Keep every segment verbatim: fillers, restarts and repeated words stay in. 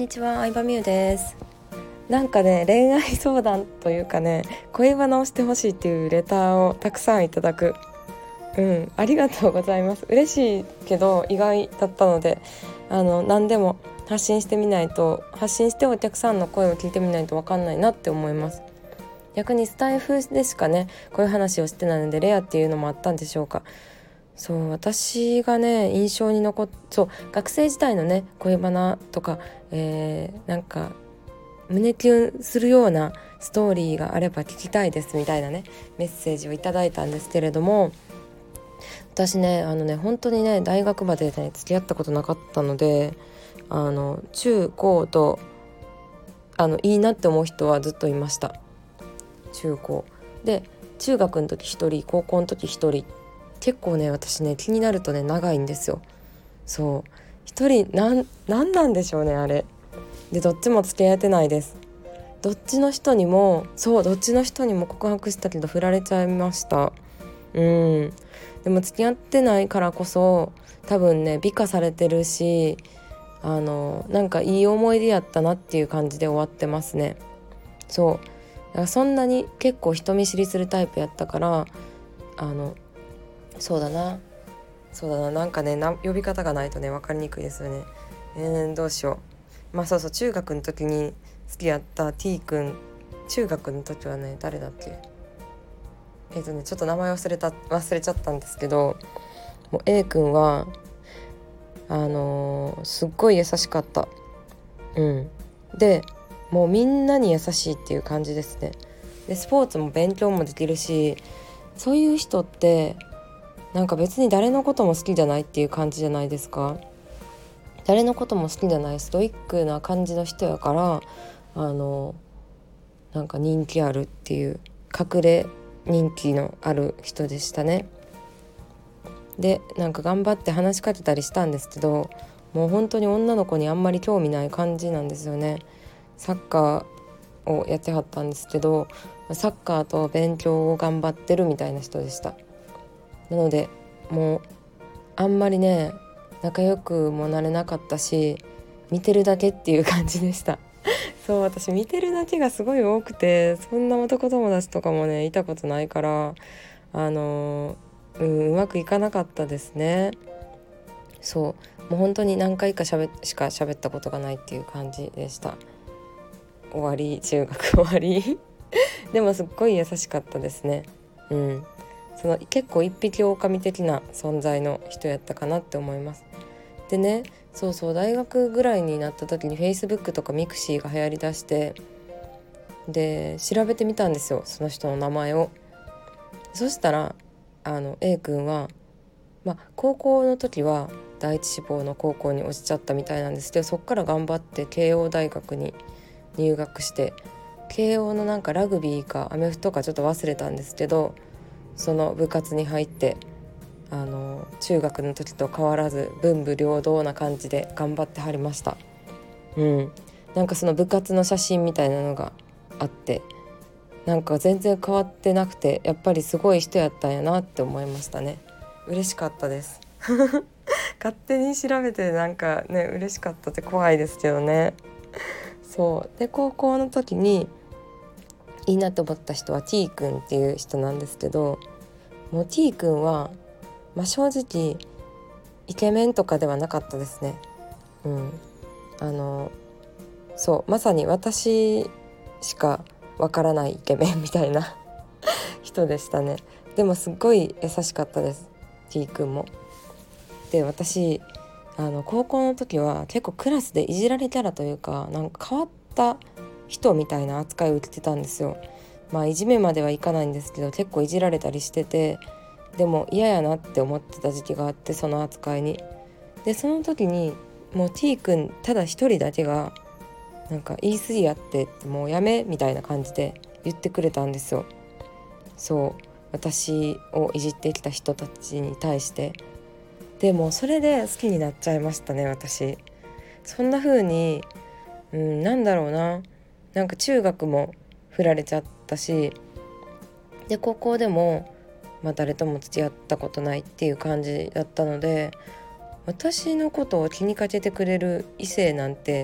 ちは、相葉美優です。なんかね、恋愛相談というかね、恋バナをしてほしいっていうレターをたくさんいただく。うん、ありがとうございます。嬉しいけど意外だったので、あの何でも発信してみないと、発信してお客さんの声を聞いてみないと分かんないなって思います。逆にスタイフでしかね、こういう話をしてないのでレアっていうのもあったんでしょうか。そう私がね印象に残っそう学生時代のね恋バナとか、えー、なんか胸キュンするようなストーリーがあれば聞きたいですみたいなねメッセージをいただいたんですけれども、私ねあのね本当にね大学までね付き合ったことなかったので、あの中高とあのいいなって思う人はずっといました。中高で中学の時ひとり、高校の時ひとり、結構ね私ね気になるとね長いんですよ。そう一人なんなんなんでしょうねあれで、どっちも付き合えてないです。どっちの人にもそうどっちの人にも告白したけど振られちゃいました。うんでも付き合ってないからこそ多分ね美化されてるし、あのなんかいい思い出やったなっていう感じで終わってますね。そうだからそんなに結構人見知りするタイプやったから、あのそうだなそうだななんかねな呼び方がないとね分かりにくいですよね。えー、どうしよう。まあそうそう中学の時に好きやった T 君、中学の時はね誰だっけ、えっ、ー、とねちょっと名前忘れた忘れちゃったんですけど、もう A 君はあのー、すっごい優しかった。うんでもうみんなに優しいっていう感じですね。でスポーツも勉強もできるし、そういう人ってなんか別に誰のことも好きじゃないっていう感じじゃないですか。誰のことも好きじゃないストイックな感じの人やから、あのなんか人気あるっていう、隠れ人気のある人でしたね。でなんか頑張って話しかけたりしたんですけど、もう本当に女の子にあんまり興味ない感じなんですよね。サッカーをやってはったんですけど、サッカーと勉強を頑張ってるみたいな人でした。なのでもうあんまりね仲良くもなれなかったし、見てるだけっていう感じでしたそう私見てるだけがすごい多くて、そんな男友達とかもねいたことないから、あのー、うんうまくいかなかったですね。そうもう本当に何回かしゃべしか喋ったことがないっていう感じでした。終わり、中学終わりでもすっごい優しかったですね。うんその結構一匹狼的な存在の人やったかなって思います。でねそうそう大学ぐらいになった時に Facebook とか Mixi が流行りだして、で調べてみたんですよその人の名前を。そしたらあの A 君は、まあ、高校の時は第一志望の高校に落ちちゃったみたいなんですけど、そっから頑張って慶応大学に入学して、慶応のなんかラグビーかアメフトかちょっと忘れたんですけど、その部活に入って、あの中学の時と変わらず文武両道な感じで頑張ってはりました。うんなんかその部活の写真みたいなのがあって、なんか全然変わってなくて、やっぱりすごい人やったんやなって思いましたね。嬉しかったです勝手に調べてなんかね嬉しかったって怖いですけどね。そうで高校の時にいいなと思った人は T 君っていう人なんですけど、もう T 君は、まあ、正直イケメンとかではなかったですね。うんあのそうまさに私しかわからないイケメンみたいな人でしたね。でもすっごい優しかったです T 君も。で私あの高校の時は結構クラスでいじられキャラというか、なんか変わった人みたいな扱いを受けてたんですよ。まあいじめまではいかないんですけど結構いじられたりしてて、でも嫌やなって思ってた時期があって、その扱いに。でその時にもう T 君ただ一人だけがなんか言い過ぎやってもうやめみたいな感じで言ってくれたんですよ。そう私をいじってきた人たちに対して。でもそれで好きになっちゃいましたね私。そんな風に、うん、なんだろうな、なんか中学も振られちゃったし、で高校でも、まあ、誰とも付き合ったことないっていう感じだったので、私のことを気にかけてくれる異性なんて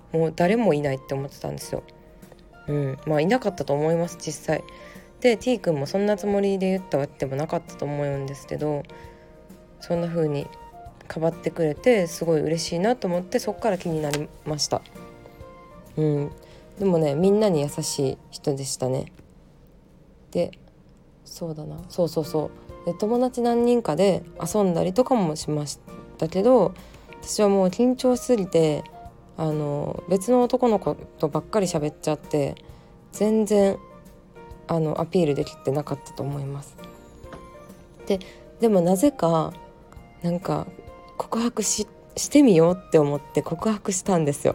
もう誰もいないって思ってたんですよ。うん、まあいなかったと思います実際で。 T 君もそんなつもりで言ったわけでもなかったと思うんですけど、そんな風にかばってくれてすごい嬉しいなと思って、そっから気になりました。うん、でもねみんなに優しい人でしたね。でそうだなそうそうそうで友達何人かで遊んだりとかもしましたけど、私はもう緊張しすぎてあの別の男の子とばっかり喋っちゃって全然あのアピールできてなかったと思います。ででもなぜかなんか告白 し, してみようって思って告白したんですよ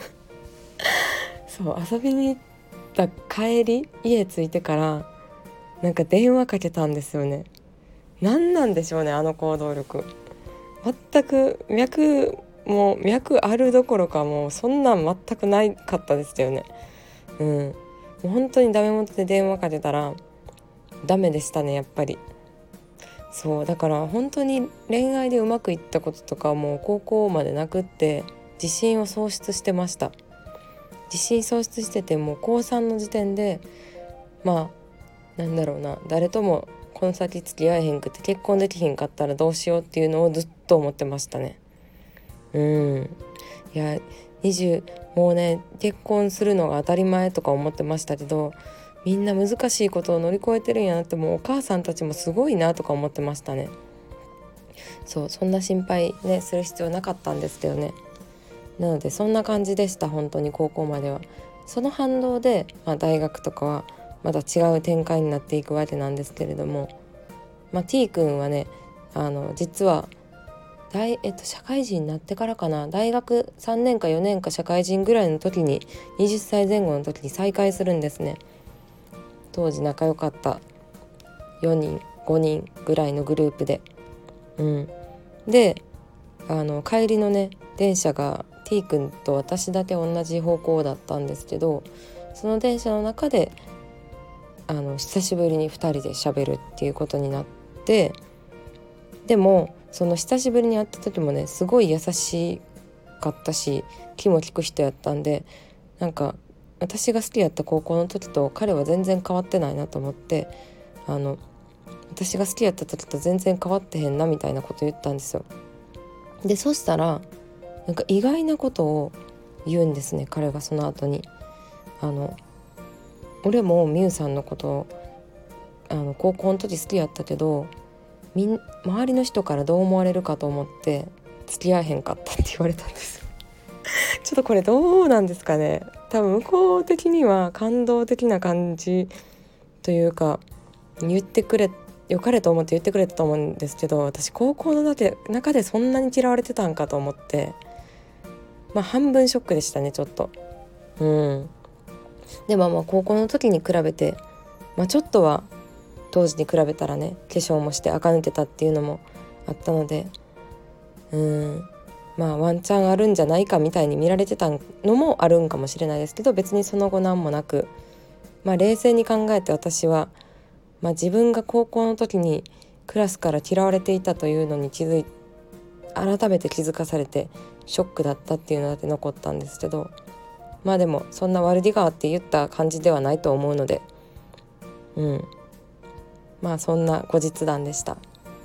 そう遊びに行った帰り家着いてからなんか電話かけたんですよね。何なんでしょうねあの行動力。全く脈もう脈あるどころかもうそんなん全くないかったですよね。うん、もう本当にダメ元で電話かけたらダメでしたねやっぱり。そうだから本当に恋愛でうまくいったこととかもう高校までなくって自信を喪失してました。自信喪失しててもう高さんの時点でまあなんだろうな誰ともこの先付き合えへんくて結婚できひんかったらどうしようっていうのをずっと思ってましたね。うんいやにじゅうもうね結婚するのが当たり前とか思ってましたけど、みんな難しいことを乗り越えてるんやなって、もうお母さんたちもすごいなとか思ってましたね。そうそんな心配ねする必要なかったんですけどね。なのでそんな感じでした本当に高校までは。その反動で、まあ、大学とかはまた違う展開になっていくわけなんですけれども、まあ、T 君はねあの実は大、えっと、社会人になってからかな、大学さんねんかよねんか社会人ぐらいの時にはたちまえ後の時に再会するんですね。当時仲良かったよにんごにんぐらいのグループで、うん、であの帰りのね電車が T 君と私だけ同じ方向だったんですけど、その電車の中であの久しぶりにふたりで喋るっていうことになって、でもその久しぶりに会った時もねすごい優しかったし気も利く人やったんで、なんか私が好きやった高校の時と彼は全然変わってないなと思って、あの私が好きやった時と全然変わってへんなみたいなこと言ったんですよ。でそしたらなんか意外なことを言うんですね彼がその後に。あの俺もミュウさんのことをあの高校の時好きやったけどみん周りの人からどう思われるかと思って付き合えへんかったって言われたんですちょっとこれどうなんですかね。多分向こう的には感動的な感じというか言ってくれよかれと思って言ってくれたと思うんですけど、私高校の中でそんなに嫌われてたんかと思って、まあ半分ショックでしたねちょっと。うんでもまあ高校の時に比べて、まあ、ちょっとは当時に比べたらね化粧もして垢抜けたっていうのもあったので、うーんまあワンチャンあるんじゃないかみたいに見られてたのもあるんかもしれないですけど、別にその後なんもなく、まあ冷静に考えて私は、まあ、自分が高校の時にクラスから嫌われていたというのに気づい改めて気づかされてショックだったっていうのだけ残ったんですけど、まあでもそんな悪気があって言った感じではないと思うので、うんまあそんな後日談でした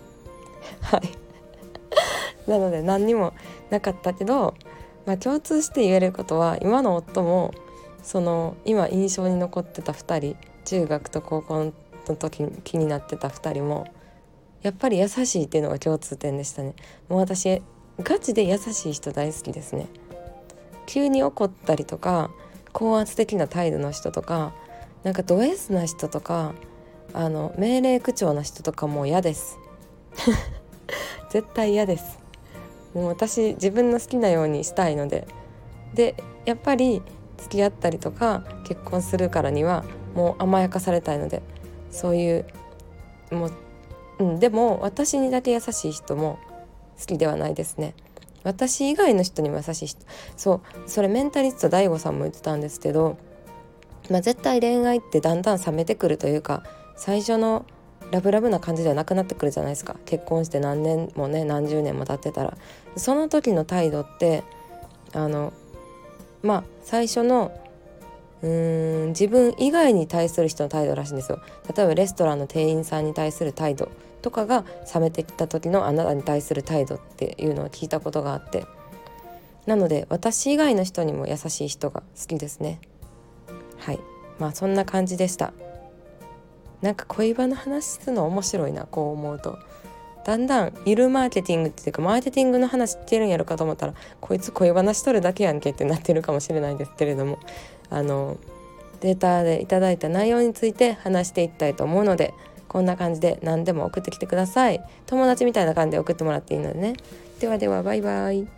はいなので何にもなかったけど、まあ、共通して言えることは今の夫もその今印象に残ってたふたり、中学と高校の時に気になってたふたりもやっぱり優しいっていうのが共通点でしたね。もう私ガチで優しい人大好きですね。急に怒ったりとか高圧的な態度の人とか、なんかド S な人とかあの命令口調な人とかもう嫌です絶対嫌です。もう私自分の好きなようにしたいので、でやっぱり付き合ったりとか結婚するからにはもう甘やかされたいので、そういうもう、うん、でも私にだけ優しい人も好きではないですね。私以外の人にも優しい人、そうそれメンタリスト ダイゴ さんも言ってたんですけど、まあ、絶対恋愛ってだんだん冷めてくるというか、最初のラブラブな感じではなくなってくるじゃないですか。結婚して何年もね何十年も経ってたら、その時の態度ってあのまあ最初のうーん自分以外に対する人の態度らしいんですよ。例えばレストランの店員さんに対する態度とかが冷めてきた時のあなたに対する態度っていうのを聞いたことがあって、なので私以外の人にも優しい人が好きですね。はい、まあそんな感じでした。なんか恋バナの話するの面白いな、こう思うと。だんだんいるマーケティングっていうかマーケティングの話してるんやろかと思ったら、こいつ恋バナしとるだけやんけってなってるかもしれないんですけれども、あのデータでいただいた内容について話していきたいと思うので、こんな感じで何でも送ってきてください。友達みたいな感じで送ってもらっていいのでね。ではではバイバイ。